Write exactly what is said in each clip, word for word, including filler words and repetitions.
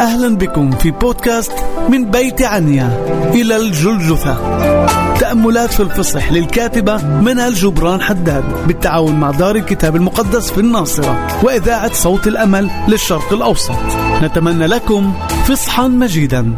أهلا بكم في بودكاست من بيت عنيا إلى الجلجثة، تأملات في الفصح للكاتبة منال جبران حداد بالتعاون مع دار الكتاب المقدس في الناصرة وإذاعة صوت الأمل للشرق الأوسط. نتمنى لكم فصحا مجيدا.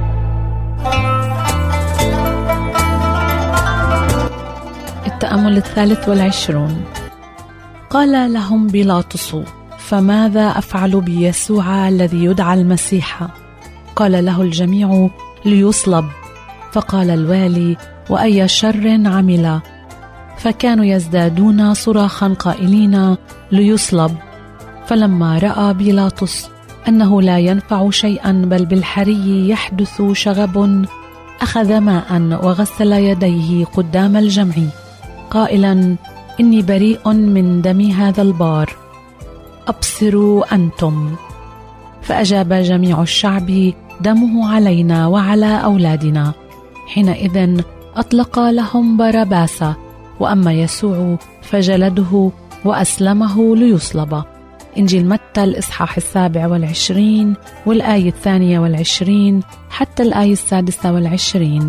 التأمل الثالث والعشرون. قال لهم بيلاطس: فماذا أفعل بيسوع الذي يدعى المسيح؟ قال له الجميع: ليصلب. فقال الوالي: وأي شر عمل؟ فكانوا يزدادون صراخا قائلين: ليصلب. فلما رأى بيلاطس أنه لا ينفع شيئا بل بالحري يحدث شغب، أخذ ماء وغسل يديه قدام الجمع قائلا: إني بريء من دم هذا البار، أبصروا أنتم. فأجاب جميع الشعب: دمه علينا وعلى أولادنا. حينئذ أطلق لهم باراباس، وأما يسوع فجلده وأسلمه ليصلب. إنجيل متى الإصحاح السابع والعشرين والآية الثانية والعشرين حتى الآية السادسة والعشرين.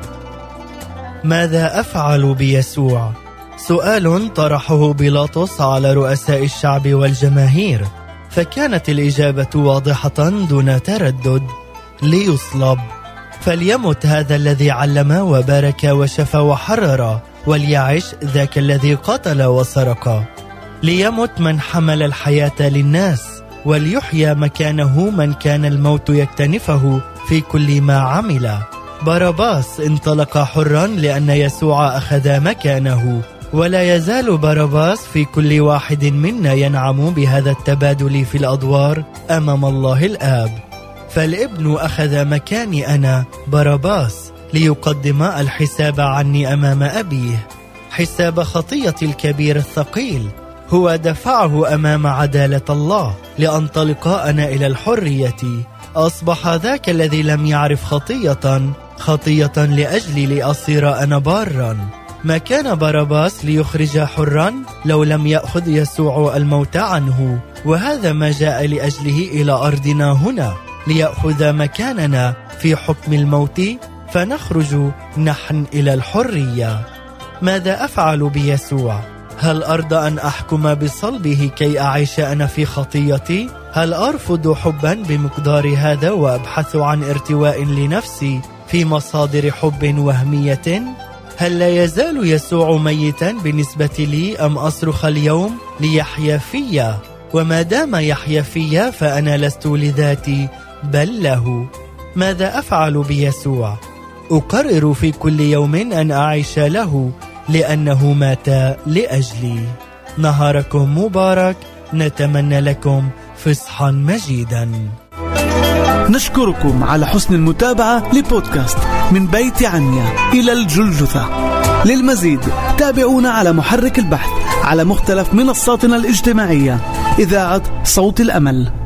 ماذا أفعل بيسوع؟ سؤال طرحه بيلاطس على رؤساء الشعب والجماهير، فكانت الإجابة واضحة دون تردد: ليصلب. فليمت هذا الذي علم وبارك وشفى وحرر، وليعش ذاك الذي قتل وسرق. ليمت من حمل الحياة للناس، وليحيى مكانه من كان الموت يكتنفه في كل ما عمل. باراباس انطلق حرا لأن يسوع أخذ مكانه، ولا يزال باراباس في كل واحد منا ينعم بهذا التبادل في الأدوار أمام الله الآب. فالابن أخذ مكاني أنا باراباس ليقدم الحساب عني أمام أبيه. حساب خطية الكبير الثقيل هو دفعه أمام عدالة الله لأنطلق أنا إلى الحرية. أصبح ذاك الذي لم يعرف خطية خطية لأجلي لأصير أنا بارا. ما كان باراباس ليخرج حرا لو لم يأخذ يسوع الموت عنه، وهذا ما جاء لأجله إلى أرضنا هنا، ليأخذ مكاننا في حكم الموت فنخرج نحن إلى الحرية. ماذا أفعل بيسوع؟ هل أرضى أن أحكم بصلبه كي أعيش أنا في خطيتي؟ هل أرفض حبا بمقدار هذا وأبحث عن ارتواء لنفسي في مصادر حب وهمية؟ هل لا يزال يسوع ميتا بالنسبة لي أم أصرخ اليوم ليحيا فيا؟ وما دام يحيا فيا فأنا لست لذاتي بل له. ماذا أفعل بيسوع؟ أقرر في كل يوم أن أعيش له لأنه مات لأجلي. نهاركم مبارك، نتمنى لكم فصحا مجيدا. نشكركم على حسن المتابعة لبودكاست من بيت عنيا إلى الجلجثة. للمزيد تابعونا على محرك البحث على مختلف منصاتنا الاجتماعية إذاعة صوت الأمل.